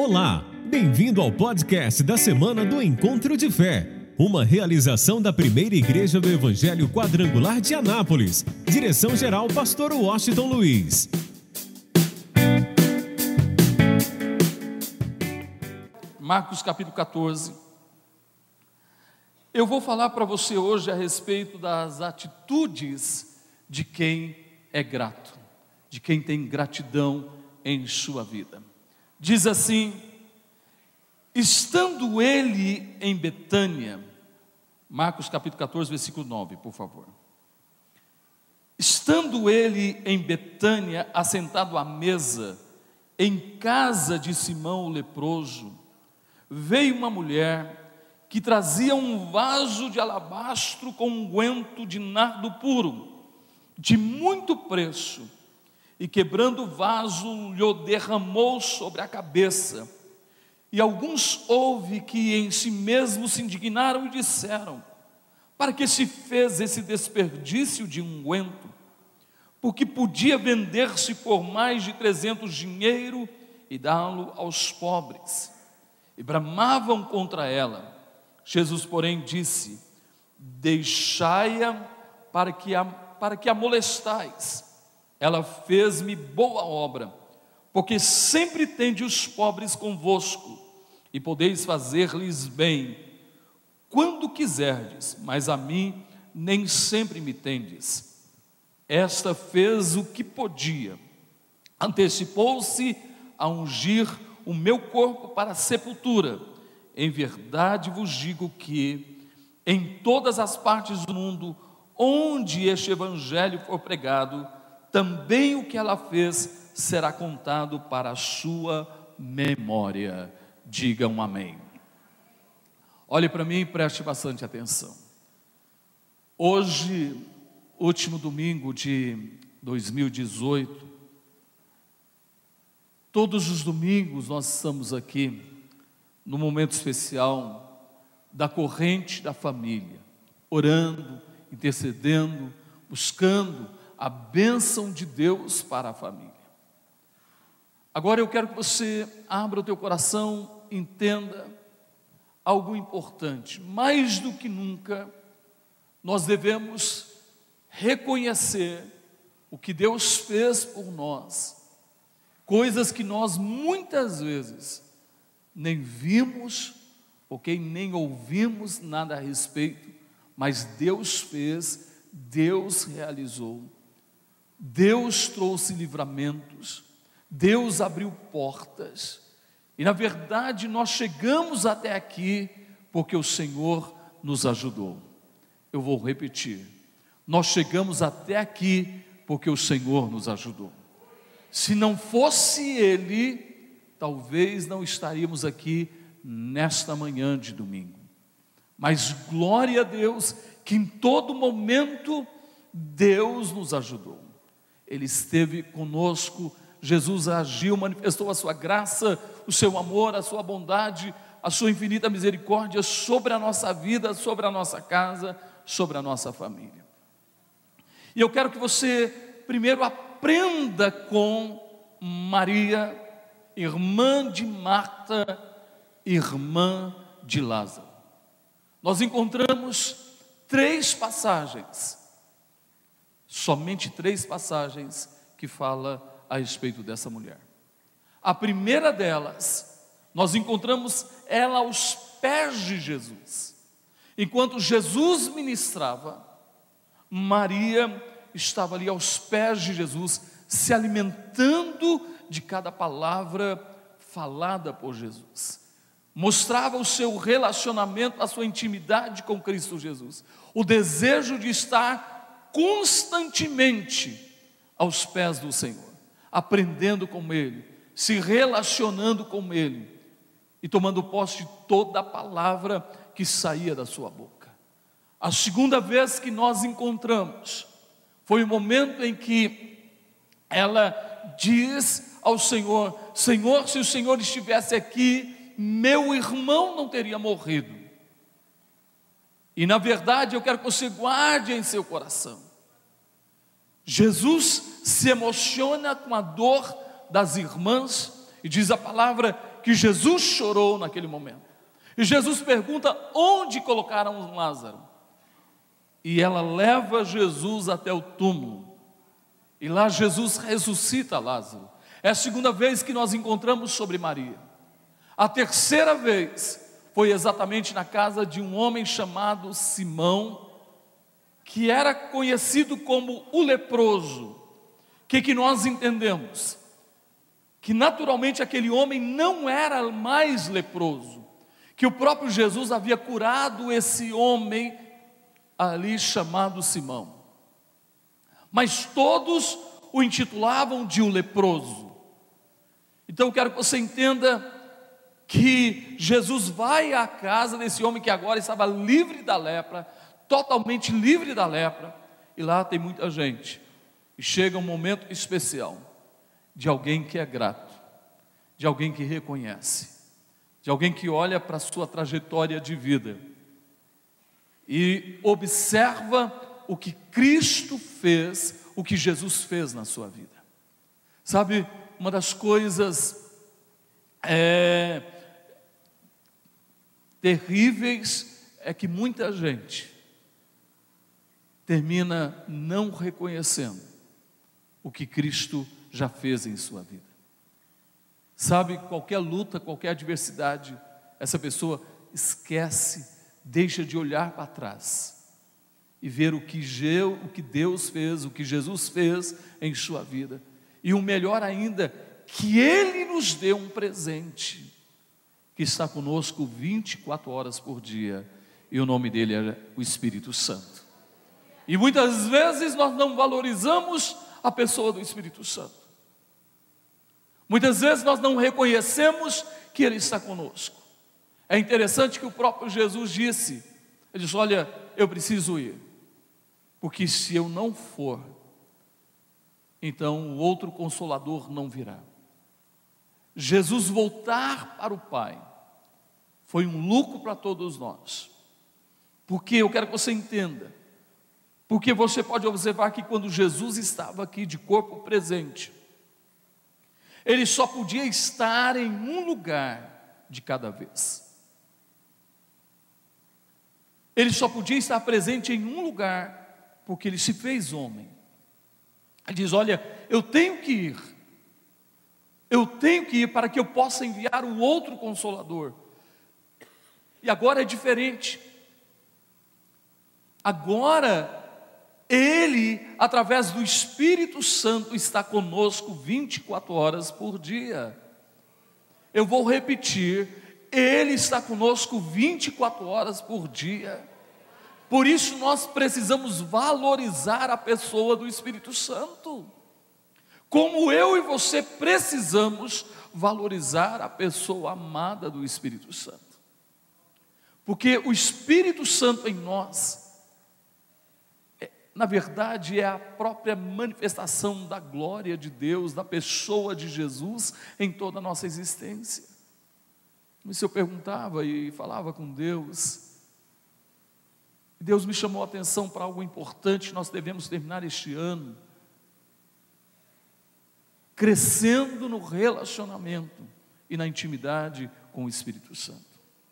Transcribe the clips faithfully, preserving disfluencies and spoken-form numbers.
Olá, bem-vindo ao podcast da Semana do Encontro de Fé, uma realização da Primeira Igreja do Evangelho Quadrangular de Anápolis. Direção-geral, Pastor Washington Luiz. Marcos capítulo catorze. Eu vou falar para você hoje a respeito das atitudes de quem é grato, de quem tem gratidão em sua vida. Diz assim: estando ele em Betânia, Marcos capítulo catorze, versículo nove, por favor. Estando ele em Betânia, assentado à mesa, em casa de Simão o leproso, veio uma mulher que trazia um vaso de alabastro com unguento de nardo puro, de muito preço, e quebrando o vaso, lhe derramou sobre a cabeça. E alguns houve que em si mesmos se indignaram e disseram: para que se fez esse desperdício de unguento? Porque podia vender-se por mais de trezentos dinheiro e dá-lo aos pobres. E bramavam contra ela. Jesus, porém, disse: deixai-a, para que a, para que a molestais. Ela fez-me boa obra, porque sempre tende os pobres convosco, e podeis fazer-lhes bem, quando quiserdes, mas a mim nem sempre me tendes. Esta fez o que podia, antecipou-se a ungir o meu corpo para a sepultura. Em verdade vos digo que, em todas as partes do mundo, onde este evangelho for pregado, também o que ela fez será contado para a sua memória. Digam amém. Olhe para mim e preste bastante atenção. Hoje, último domingo de dois mil e dezoito, todos os domingos nós estamos aqui no momento especial da corrente da família, orando, intercedendo, buscando a bênção de Deus para a família. Agora eu quero que você abra o teu coração, entenda algo importante. Mais do que nunca, nós devemos reconhecer o que Deus fez por nós, coisas que nós muitas vezes nem vimos, ok, nem ouvimos nada a respeito, mas Deus fez, Deus realizou. Deus trouxe livramentos, Deus abriu portas, e na verdade nós chegamos até aqui porque o Senhor nos ajudou. Eu vou repetir, nós chegamos até aqui porque o Senhor nos ajudou. Se não fosse Ele, talvez não estaríamos aqui nesta manhã de domingo, mas glória a Deus que em todo momento Deus nos ajudou. Ele esteve conosco, Jesus agiu, manifestou a sua graça, o seu amor, a sua bondade, a sua infinita misericórdia sobre a nossa vida, sobre a nossa casa, sobre a nossa família. E eu quero que você primeiro aprenda com Maria, irmã de Marta, irmã de Lázaro. Nós encontramos três passagens, somente três passagens que falam a respeito dessa mulher. A primeira delas, nós encontramos ela aos pés de Jesus. Enquanto Jesus ministrava, Maria estava ali aos pés de Jesus, se alimentando de cada palavra falada por Jesus. Mostrava o seu relacionamento, a sua intimidade com Cristo Jesus, o desejo de estar constantemente aos pés do Senhor, aprendendo com Ele, se relacionando com Ele e tomando posse de toda a palavra que saía da sua boca. A segunda vez que nós encontramos foi o momento em que ela diz ao Senhor: Senhor, se o Senhor estivesse aqui, meu irmão não teria morrido. E na verdade eu quero que você guarde em seu coração, Jesus se emociona com a dor das irmãs, e diz a palavra que Jesus chorou naquele momento. E Jesus pergunta: onde colocaram Lázaro? E ela leva Jesus até o túmulo. E lá Jesus ressuscita Lázaro. É a segunda vez que nós encontramos sobre Maria. A terceira vez foi exatamente na casa de um homem chamado Simão, que era conhecido como o leproso. O que, que nós entendemos? Que naturalmente aquele homem não era mais leproso, que o próprio Jesus havia curado esse homem ali chamado Simão. Mas todos o intitulavam de o leproso. Então eu quero que você entenda que Jesus vai à casa desse homem que agora estava livre da lepra, totalmente livre da lepra, e lá tem muita gente. E chega um momento especial de alguém que é grato, de alguém que reconhece, de alguém que olha para a sua trajetória de vida e observa o que Cristo fez, o que Jesus fez na sua vida. Sabe, uma das coisas é, terríveis é que muita gente termina não reconhecendo o que Cristo já fez em sua vida. Sabe, qualquer luta, qualquer adversidade, essa pessoa esquece, deixa de olhar para trás e ver o que, Eu, o que Deus fez, o que Jesus fez em sua vida. E o melhor ainda, que Ele nos deu um presente, que está conosco vinte e quatro horas por dia, e o nome dele é o Espírito Santo. E muitas vezes nós não valorizamos a pessoa do Espírito Santo. Muitas vezes nós não reconhecemos que Ele está conosco. É interessante que o próprio Jesus disse, Ele disse: olha, eu preciso ir, porque se eu não for, então o outro Consolador não virá. Jesus voltar para o Pai foi um lucro para todos nós, porque eu quero que você entenda, porque você pode observar que quando Jesus estava aqui de corpo presente, Ele só podia estar em um lugar de cada vez. Ele só podia estar presente em um lugar, porque Ele se fez homem. Ele diz: olha, eu tenho que ir, eu tenho que ir para que eu possa enviar o outro Consolador. E agora é diferente. Agora, Ele, através do Espírito Santo, está conosco vinte e quatro horas por dia. Eu vou repetir, Ele está conosco vinte e quatro horas por dia. Por isso nós precisamos valorizar a pessoa do Espírito Santo, como eu e você precisamos valorizar a pessoa amada do Espírito Santo. Porque o Espírito Santo em nós, na verdade, é a própria manifestação da glória de Deus, da pessoa de Jesus em toda a nossa existência. E se eu perguntava e falava com Deus, Deus me chamou a atenção para algo importante. Nós devemos terminar este ano crescendo no relacionamento e na intimidade com o Espírito Santo.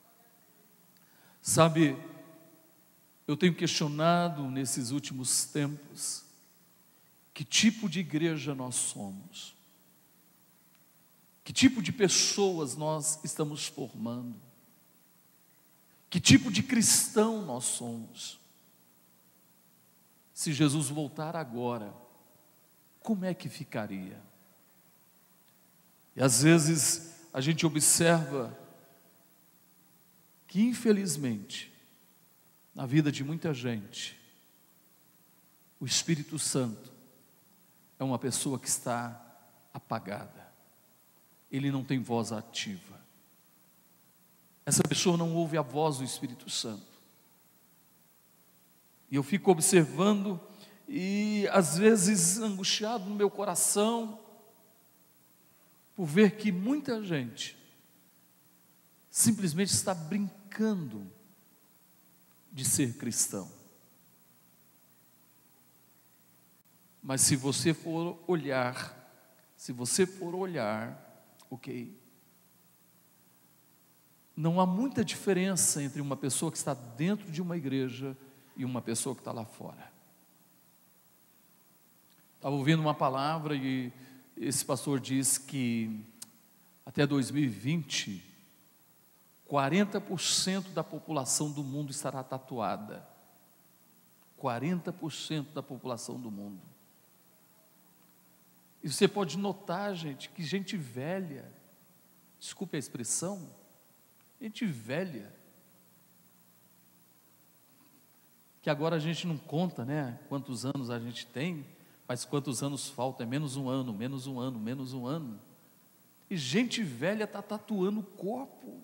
Sabe, eu tenho questionado nesses últimos tempos que tipo de igreja nós somos, que tipo de pessoas nós estamos formando, que tipo de cristão nós somos. Se Jesus voltar agora, como é que ficaria? E às vezes a gente observa que, infelizmente, na vida de muita gente, o Espírito Santo é uma pessoa que está apagada. Ele não tem voz ativa. Essa pessoa não ouve a voz do Espírito Santo. E eu fico observando e às vezes angustiado no meu coração por ver que muita gente simplesmente está brincando de ser cristão. Mas se você for olhar, se você for olhar, ok, não há muita diferença entre uma pessoa que está dentro de uma igreja e uma pessoa que está lá fora. Estava ouvindo uma palavra e esse pastor diz que até dois mil e vinte, quarenta por cento da população do mundo estará tatuada. quarenta por cento da população do mundo. E você pode notar, gente, que gente velha, desculpe a expressão, gente velha, que agora a gente não conta, né, quantos anos a gente tem, mas quantos anos falta, é menos um ano, menos um ano, menos um ano, e gente velha está tatuando o corpo.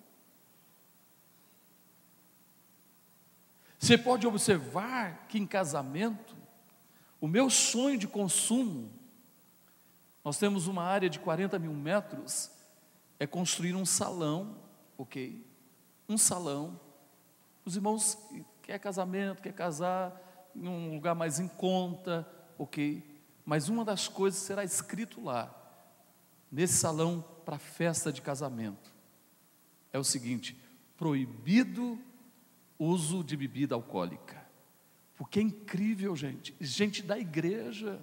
Você pode observar que em casamento, o meu sonho de consumo, nós temos uma área de quarenta mil metros, é construir um salão, ok? Um salão. Os irmãos quer casamento, quer casar em um lugar mais em conta, ok? Mas uma das coisas será escrito lá, nesse salão para festa de casamento, é o seguinte: proibido uso de bebida alcoólica. Porque é incrível, gente, gente da igreja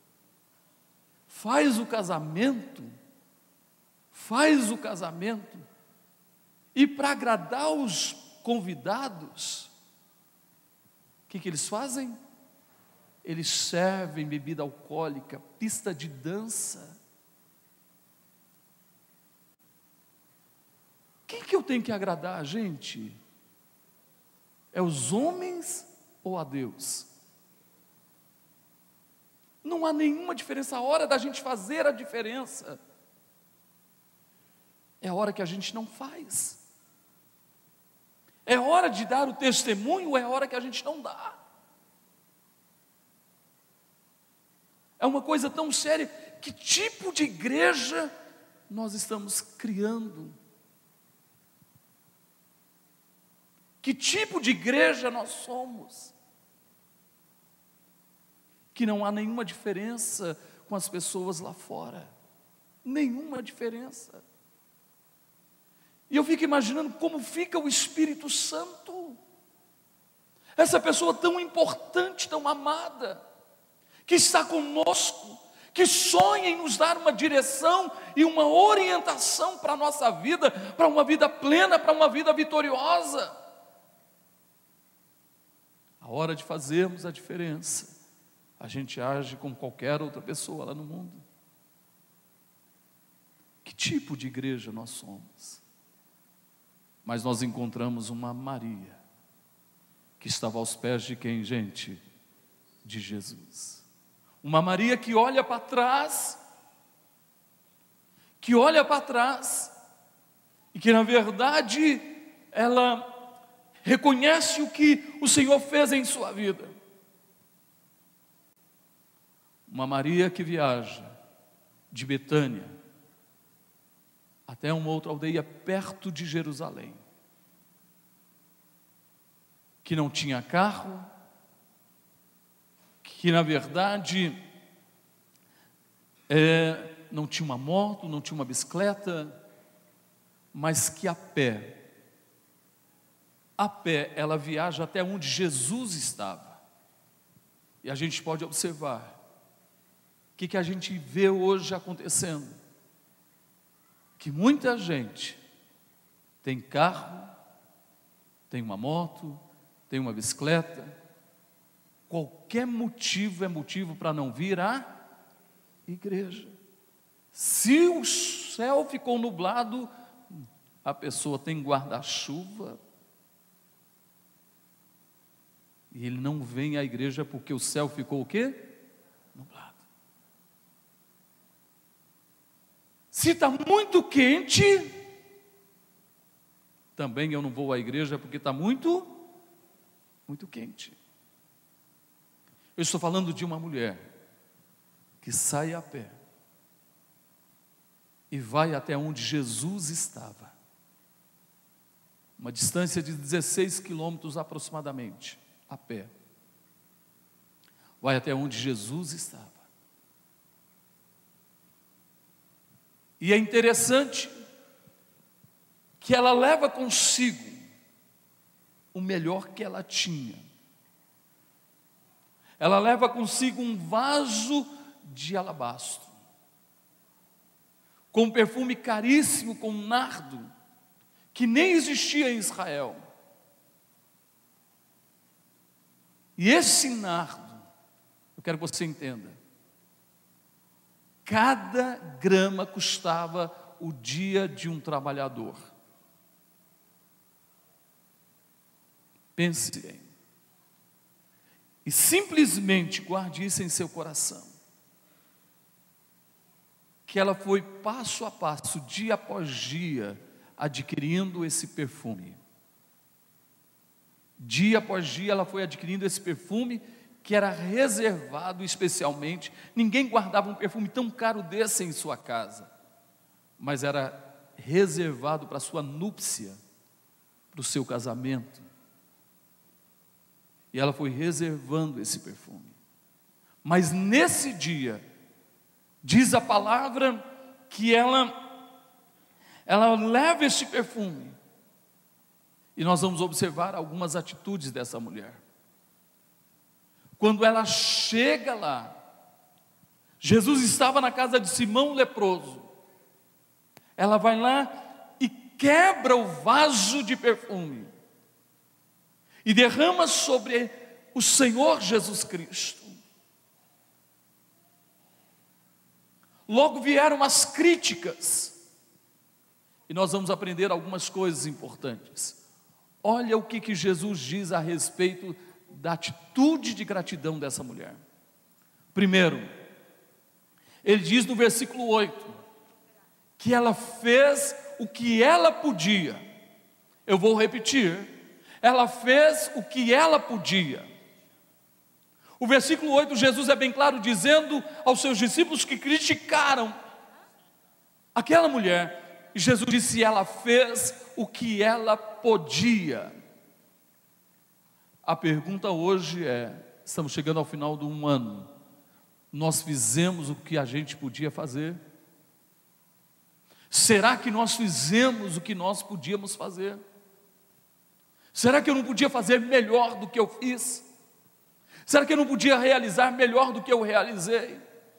faz o casamento, faz o casamento, e para agradar os convidados, o que, que eles fazem? Eles servem bebida alcoólica, pista de dança. Quem que eu tenho que agradar, gente? É os homens ou a Deus? Não há nenhuma diferença. A hora da gente fazer a diferença é a hora que a gente não faz. É hora de dar o testemunho, é a hora que a gente não dá. É uma coisa tão séria. Que tipo de igreja nós estamos criando? Que tipo de igreja nós somos? Que não há nenhuma diferença com as pessoas lá fora. Nenhuma diferença. E eu fico imaginando como fica o Espírito Santo. Essa pessoa tão importante, tão amada, que está conosco, que sonha em nos dar uma direção e uma orientação para a nossa vida, para uma vida plena, para uma vida vitoriosa. A hora de fazermos a diferença, a gente age como qualquer outra pessoa lá no mundo. Que tipo de igreja nós somos? Mas nós encontramos uma Maria, que estava aos pés de quem, gente? De Jesus. Uma Maria que olha para trás, que olha para trás, e que na verdade, ela reconhece o que o Senhor fez em sua vida. Uma Maria que viaja de Betânia até uma outra aldeia perto de Jerusalém, que não tinha carro, que na verdade é, não tinha uma moto, não tinha uma bicicleta, mas que a pé, a pé ela viaja até onde Jesus estava. E a gente pode observar o que, que a gente vê hoje acontecendo, que muita gente tem carro, tem uma moto, tem uma bicicleta, qualquer motivo é motivo para não vir à igreja. Se o céu ficou nublado, a pessoa tem guarda-chuva, e ele não vem à igreja porque o céu ficou o quê? Nublado. Se está muito quente, também eu não vou à igreja porque está muito, muito quente. Eu estou falando de uma mulher que sai a pé e vai até onde Jesus estava, uma distância de dezesseis quilômetros aproximadamente, a pé, vai até onde Jesus estava. E é interessante que ela leva consigo o melhor que ela tinha. Ela leva consigo um vaso de alabastro, com um perfume caríssimo, com nardo, que nem existia em Israel. E esse nardo, eu quero que você entenda, cada grama custava o dia de um trabalhador. Pense bem. E simplesmente guarde isso em seu coração. Que ela foi passo a passo, dia após dia, adquirindo esse perfume. Dia após dia ela foi adquirindo esse perfume que era reservado especialmente. Ninguém guardava um perfume tão caro desse em sua casa, mas era reservado para a sua núpcia, para o seu casamento. E ela foi reservando esse perfume. Mas nesse dia, diz a palavra que ela, ela leva esse perfume. E nós vamos observar algumas atitudes dessa mulher. Quando ela chega lá, Jesus estava na casa de Simão leproso. Ela vai lá e quebra o vaso de perfume e derrama sobre o Senhor Jesus Cristo. Logo vieram as críticas, e nós vamos aprender algumas coisas importantes. Olha o que, que Jesus diz a respeito da atitude de gratidão dessa mulher. Primeiro, ele diz no versículo oito, que ela fez o que ela podia. Eu vou repetir, ela fez o que ela podia. O versículo oito, Jesus é bem claro, dizendo aos seus discípulos que criticaram aquela mulher, e Jesus disse, ela fez o que ela podia. A pergunta hoje é, estamos chegando ao final de um ano, nós fizemos o que a gente podia fazer? Será que nós fizemos o que nós podíamos fazer? Será que eu não podia fazer melhor do que eu fiz? Será que eu não podia realizar melhor do que eu realizei?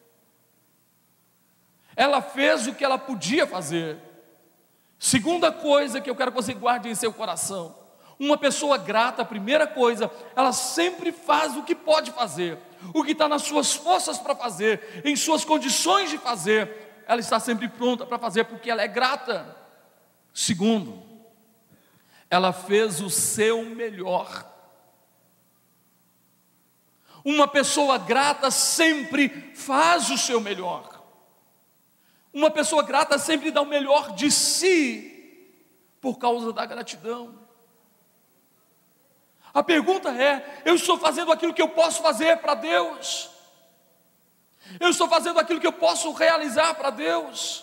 Ela fez o que ela podia fazer. Segunda coisa que eu quero que você guarde em seu coração: uma pessoa grata, a primeira coisa, ela sempre faz o que pode fazer, o que está nas suas forças para fazer, em suas condições de fazer, ela está sempre pronta para fazer, porque ela é grata. Segundo, ela fez o seu melhor. Uma pessoa grata sempre faz o seu melhor. Uma pessoa grata sempre dá o melhor de si, por causa da gratidão. A pergunta é: eu estou fazendo aquilo que eu posso fazer para Deus? Eu estou fazendo aquilo que eu posso realizar para Deus?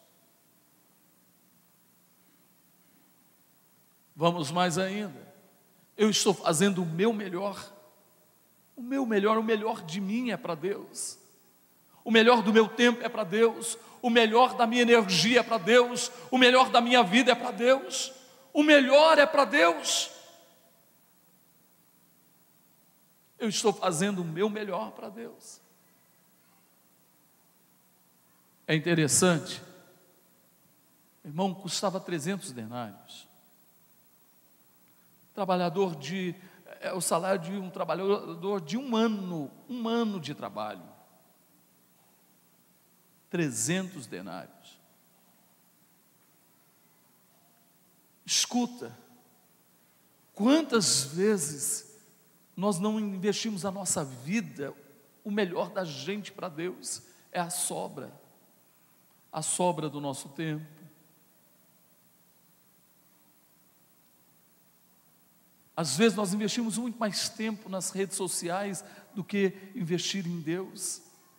Vamos mais ainda. Eu estou fazendo o meu melhor. O meu melhor, o melhor de mim é para Deus. O melhor do meu tempo é para Deus. O melhor da minha energia é para Deus. O melhor da minha vida é para Deus. O melhor é para Deus. Eu estou fazendo o meu melhor para Deus. É interessante, irmão, custava trezentos denários. Trabalhador de, é o salário de um trabalhador de um ano, um ano de trabalho. trezentos denários. Escuta, quantas vezes nós não investimos a nossa vida, o melhor da gente para Deus? É a sobra, a sobra do nosso tempo. Às vezes nós investimos muito mais tempo nas redes sociais do que investir em Deus.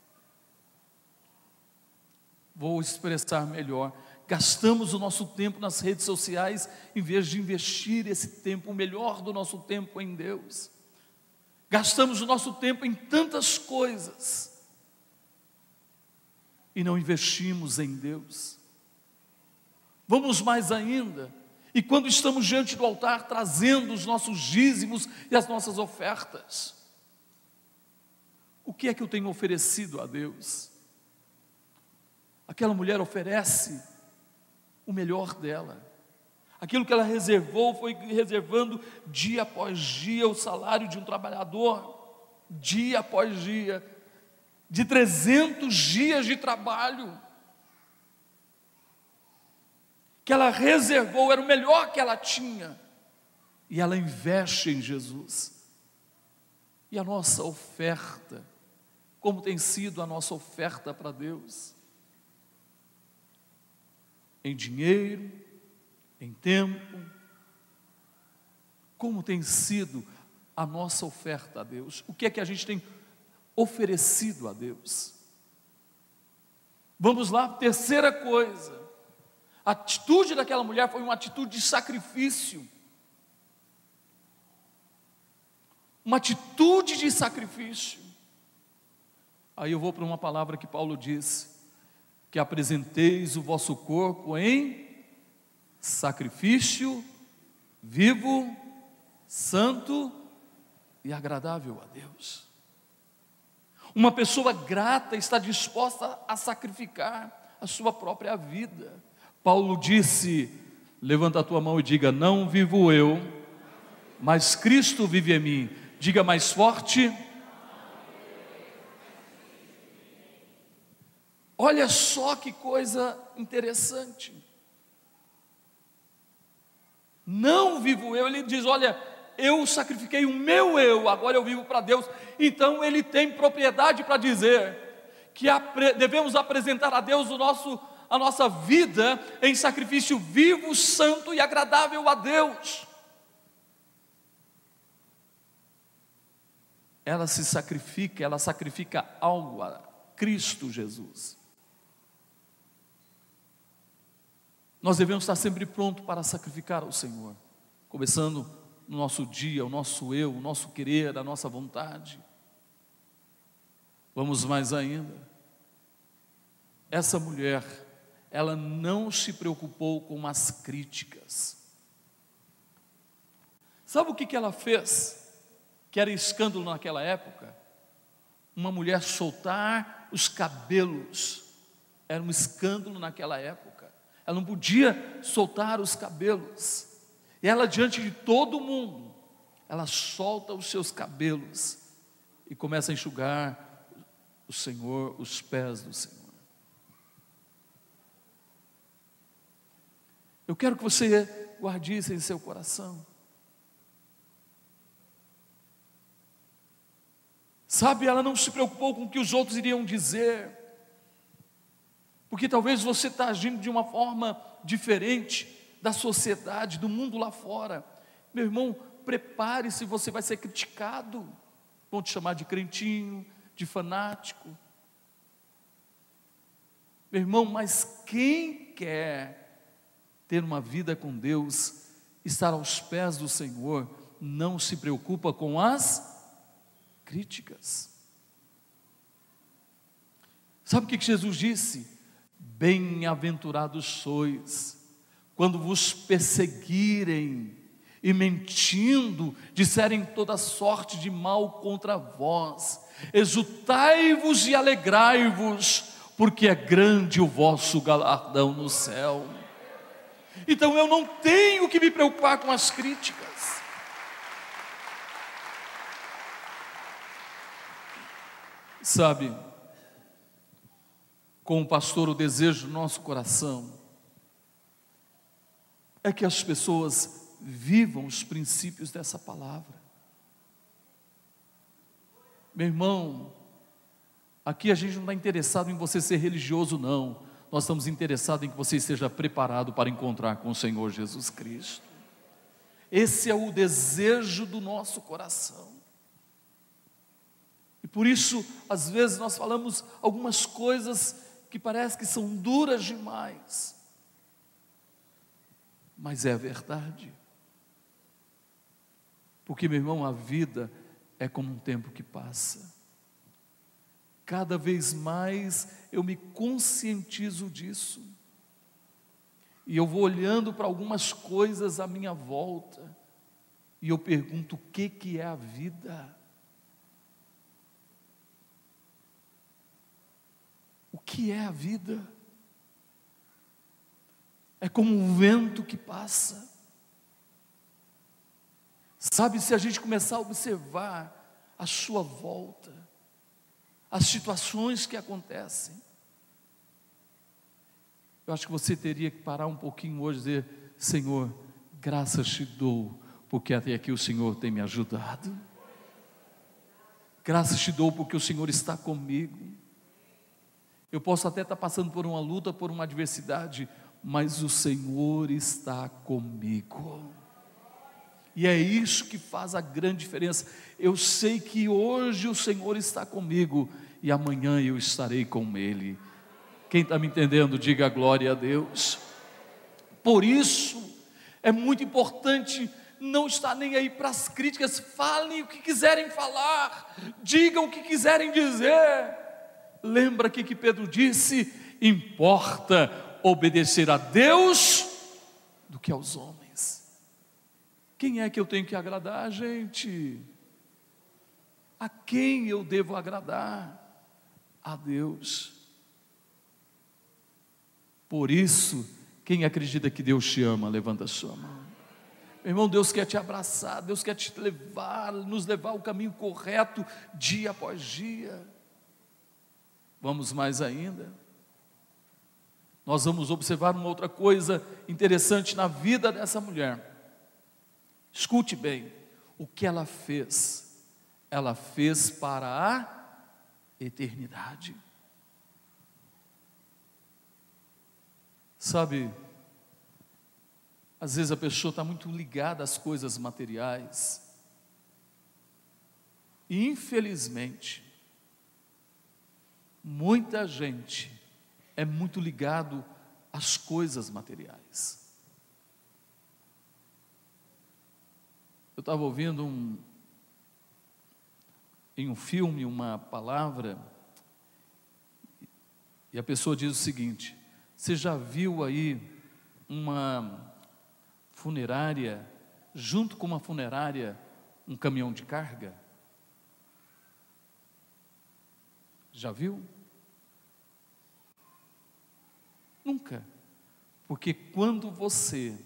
Vou expressar melhor: gastamos o nosso tempo nas redes sociais em vez de investir esse tempo, o melhor do nosso tempo, em Deus. Gastamos o nosso tempo em tantas coisas e não investimos em Deus. Vamos mais ainda, E quando estamos diante do altar, trazendo os nossos dízimos e as nossas ofertas, o que é que eu tenho oferecido a Deus? Aquela mulher oferece o melhor dela. Aquilo que ela reservou, foi reservando dia após dia o salário de um trabalhador, dia após dia, de trezentos dias de trabalho, que ela reservou, era o melhor que ela tinha, e ela investe em Jesus. E a nossa oferta, como tem sido a nossa oferta para Deus? Em dinheiro, em tempo, como tem sido a nossa oferta a Deus? O que é que a gente tem oferecido a Deus? Vamos lá, terceira coisa, a atitude daquela mulher foi uma atitude de sacrifício, uma atitude de sacrifício. Aí eu vou para uma palavra que Paulo diz, que apresenteis o vosso corpo em sacrifício vivo, santo e agradável a Deus. Uma pessoa grata está disposta a sacrificar a sua própria vida. Paulo disse, levanta a tua mão e diga, não vivo eu, mas Cristo vive em mim. Diga mais forte. Olha só que coisa interessante. Não vivo eu, ele diz, olha, eu sacrifiquei o meu eu, agora eu vivo para Deus. Então ele tem propriedade para dizer que apre- devemos apresentar a Deus o nosso, a nossa vida em sacrifício vivo, santo e agradável a Deus. Ela se sacrifica, ela sacrifica algo a Cristo Jesus. Nós devemos estar sempre prontos para sacrificar ao Senhor, começando no nosso dia, o nosso eu, o nosso querer, a nossa vontade. Vamos mais ainda. Essa mulher, ela não se preocupou com as críticas. Sabe o que que ela fez? Que era escândalo naquela época? Uma mulher soltar os cabelos, era um escândalo naquela época. Ela não podia soltar os cabelos. E ela, diante de todo mundo, ela solta os seus cabelos e começa a enxugar o Senhor, os pés do Senhor. Eu quero que você guarde isso em seu coração. Sabe, ela não se preocupou com o que os outros iriam dizer, porque talvez você está agindo de uma forma diferente da sociedade, do mundo lá fora. Meu irmão, prepare-se, você vai ser criticado, vão te chamar de crentinho, de fanático. Meu irmão, mas quem quer ter uma vida com Deus, estar aos pés do Senhor, não se preocupa com as críticas. Sabe o que Jesus disse? Bem-aventurados sois, quando vos perseguirem e mentindo, disserem toda sorte de mal contra vós, exultai-vos e alegrai-vos, porque é grande o vosso galardão no céu. Então eu não tenho que me preocupar com as críticas. Sabe, como pastor, o desejo do nosso coração é que as pessoas vivam os princípios dessa palavra. Meu irmão, aqui a gente não está interessado em você ser religioso, não. Nós estamos interessados em que você esteja preparado para encontrar com o Senhor Jesus Cristo. Esse é o desejo do nosso coração. E por isso, às vezes nós falamos algumas coisas que parece que são duras demais, mas é a verdade. Porque, meu irmão, a vida é como um tempo que passa. Cada vez mais eu me conscientizo disso. e eu vou olhando para algumas coisas à minha volta, e eu pergunto: o que que é a vida? O que é a vida? É como um vento que passa. Sabe, se a gente começar a observar a sua volta, as situações que acontecem, eu acho que você teria que parar um pouquinho hoje e dizer: Senhor, graças te dou, porque até aqui o Senhor tem me ajudado. Graças te dou porque o Senhor está comigo. Eu posso até estar passando por uma luta, por uma adversidade, mas o Senhor está comigo. E é isso que faz a grande diferença. Eu sei que hoje o Senhor está comigo e amanhã eu estarei com Ele. Quem está me entendendo, diga glória a Deus. Por isso, é muito importante não estar nem aí para as críticas. Falem o que quiserem falar, digam o que quiserem dizer. Lembra aqui que Pedro disse: importa obedecer a Deus do que aos homens. Quem é que eu tenho que agradar, gente? A quem eu devo agradar? A Deus. Por isso, quem acredita que Deus te ama, levanta a sua mão. Meu irmão, Deus quer te abraçar, Deus quer te levar, nos levar ao caminho correto, dia após dia. Vamos mais ainda. Nós vamos observar uma outra coisa interessante na vida dessa mulher. Escute bem, o que ela fez, ela fez para a eternidade. Sabe, às vezes a pessoa está muito ligada às coisas materiais, e infelizmente, muita gente é muito ligado às coisas materiais. Eu estava ouvindo um, em um filme uma palavra, e a pessoa diz o seguinte: você já viu aí uma funerária, junto com uma funerária, um caminhão de carga? Já viu? Nunca. Porque quando você,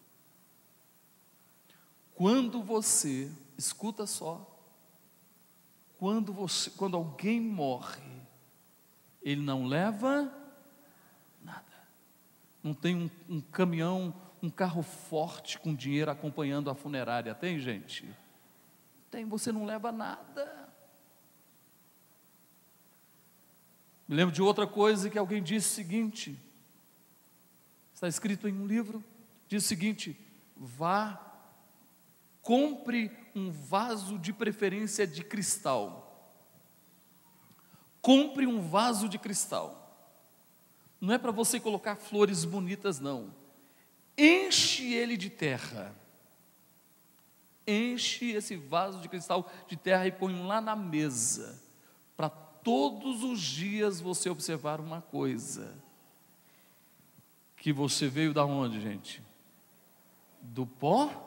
quando você, escuta só, quando você, quando alguém morre, ele não leva nada. Não tem um, um caminhão, um carro forte com dinheiro acompanhando a funerária, tem, gente? Tem, você não leva nada. Me lembro de outra coisa que alguém disse o seguinte, está escrito em um livro, diz o seguinte: vá, compre um vaso de preferência de cristal. Compre um vaso de cristal. Não é para você colocar flores bonitas, não. Enche ele de terra. Enche esse vaso de cristal de terra e põe lá na mesa, para todos os dias você observar uma coisa: que você veio da onde, gente? Do pó.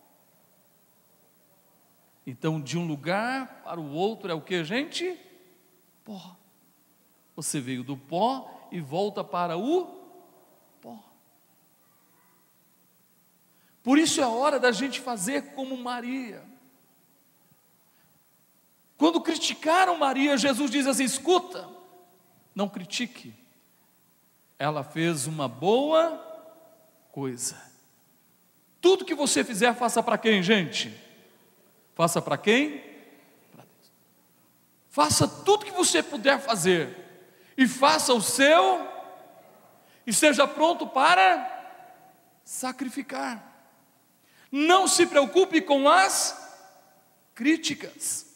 Então, de um lugar para o outro é o que, gente? Pó. Você veio do pó e volta para o pó. Por isso é hora da gente fazer como Maria. Quando criticaram Maria, Jesus diz assim: escuta, não critique. Ela fez uma boa coisa. Tudo que você fizer, faça para quem, gente? Faça para quem? Para Deus. Faça tudo que você puder fazer. E faça o seu. E seja pronto para sacrificar. Não se preocupe com as críticas.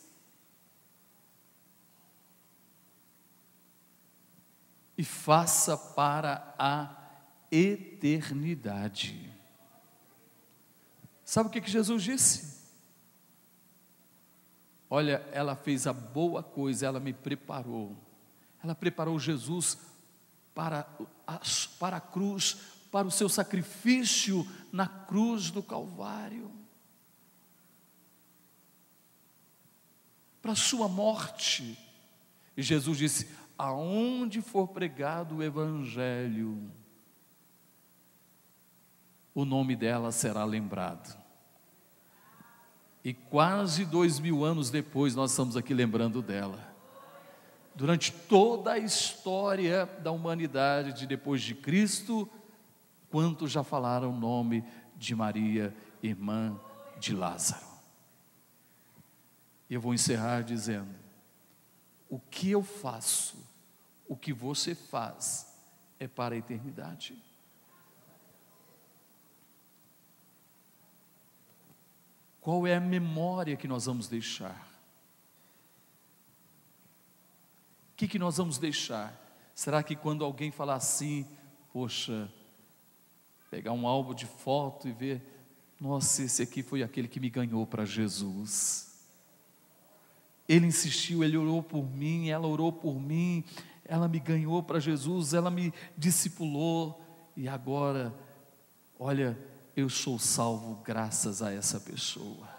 E faça para a eternidade. Sabe o que que Jesus disse? Olha, ela fez a boa coisa, ela me preparou. Ela preparou Jesus para a, para a cruz, para o seu sacrifício na cruz do Calvário, para a sua morte. E Jesus disse: aonde for pregado o Evangelho, o nome dela será lembrado. E quase dois mil anos depois, nós estamos aqui lembrando dela. Durante toda a história da humanidade, de depois de Cristo, quantos já falaram o nome de Maria, irmã de Lázaro? E eu vou encerrar dizendo: o que eu faço, o que você faz, é para a eternidade. Qual é a memória que nós vamos deixar? O que, que nós vamos deixar? Será que quando alguém falar assim, poxa, pegar um álbum de foto e ver, nossa, esse aqui foi aquele que me ganhou para Jesus. Ele insistiu, ele orou por mim, ela orou por mim, ela me ganhou para Jesus, ela me discipulou, e agora, olha, eu sou salvo graças a essa pessoa.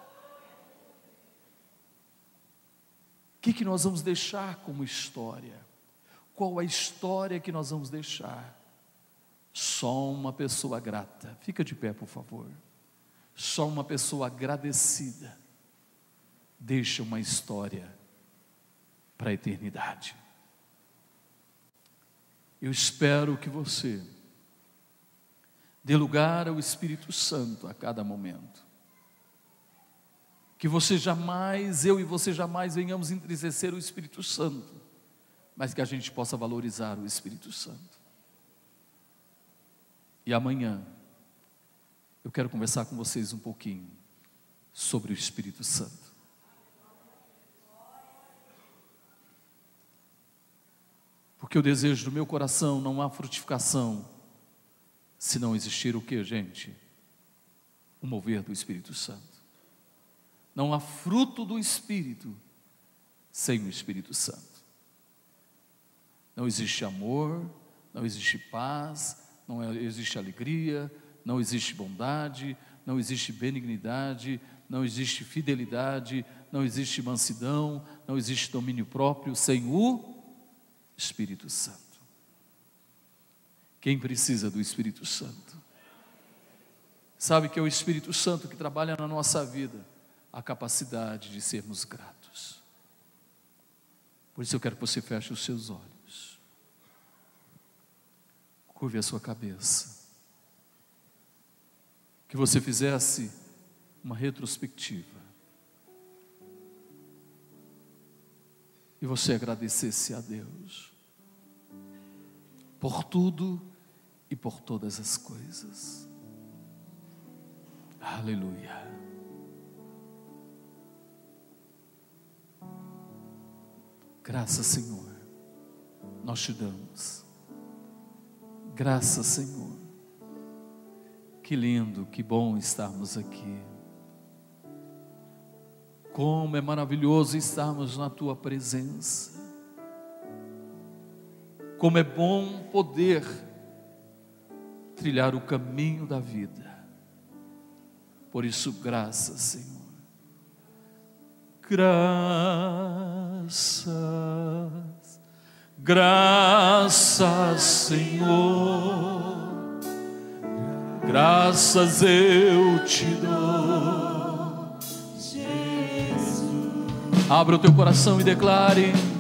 O que, que nós vamos deixar como história? Qual a história que nós vamos deixar? Só uma pessoa grata. Fica de pé, por favor. Só uma pessoa agradecida deixa uma história para a eternidade. Eu espero que você dê lugar ao Espírito Santo a cada momento. Que você jamais, eu e você jamais venhamos entristecer o Espírito Santo, mas que a gente possa valorizar o Espírito Santo. E amanhã eu quero conversar com vocês um pouquinho sobre o Espírito Santo. Porque o desejo do meu coração, não há frutificação se não existir o que, gente? O mover do Espírito Santo. Não há fruto do Espírito sem o Espírito Santo. Não existe amor, não existe paz, não existe alegria, não existe bondade, não existe benignidade, não existe fidelidade, não existe mansidão, não existe domínio próprio sem o Espírito Santo. Quem precisa do Espírito Santo? Sabe que é o Espírito Santo que trabalha na nossa vida a capacidade de sermos gratos. Por isso eu quero que você feche os seus olhos, curve a sua cabeça, que você fizesse uma retrospectiva e você agradecesse a Deus por tudo e por todas as coisas. Aleluia. Graças, Senhor, nós te damos. Graças, Senhor. Que lindo, que bom estarmos aqui. Como é maravilhoso estarmos na tua presença. Como é bom poder trilhar o caminho da vida. Por isso, graças, Senhor. Graças, graças, Senhor. Graças eu te dou, Jesus. Abra o teu coração e declare: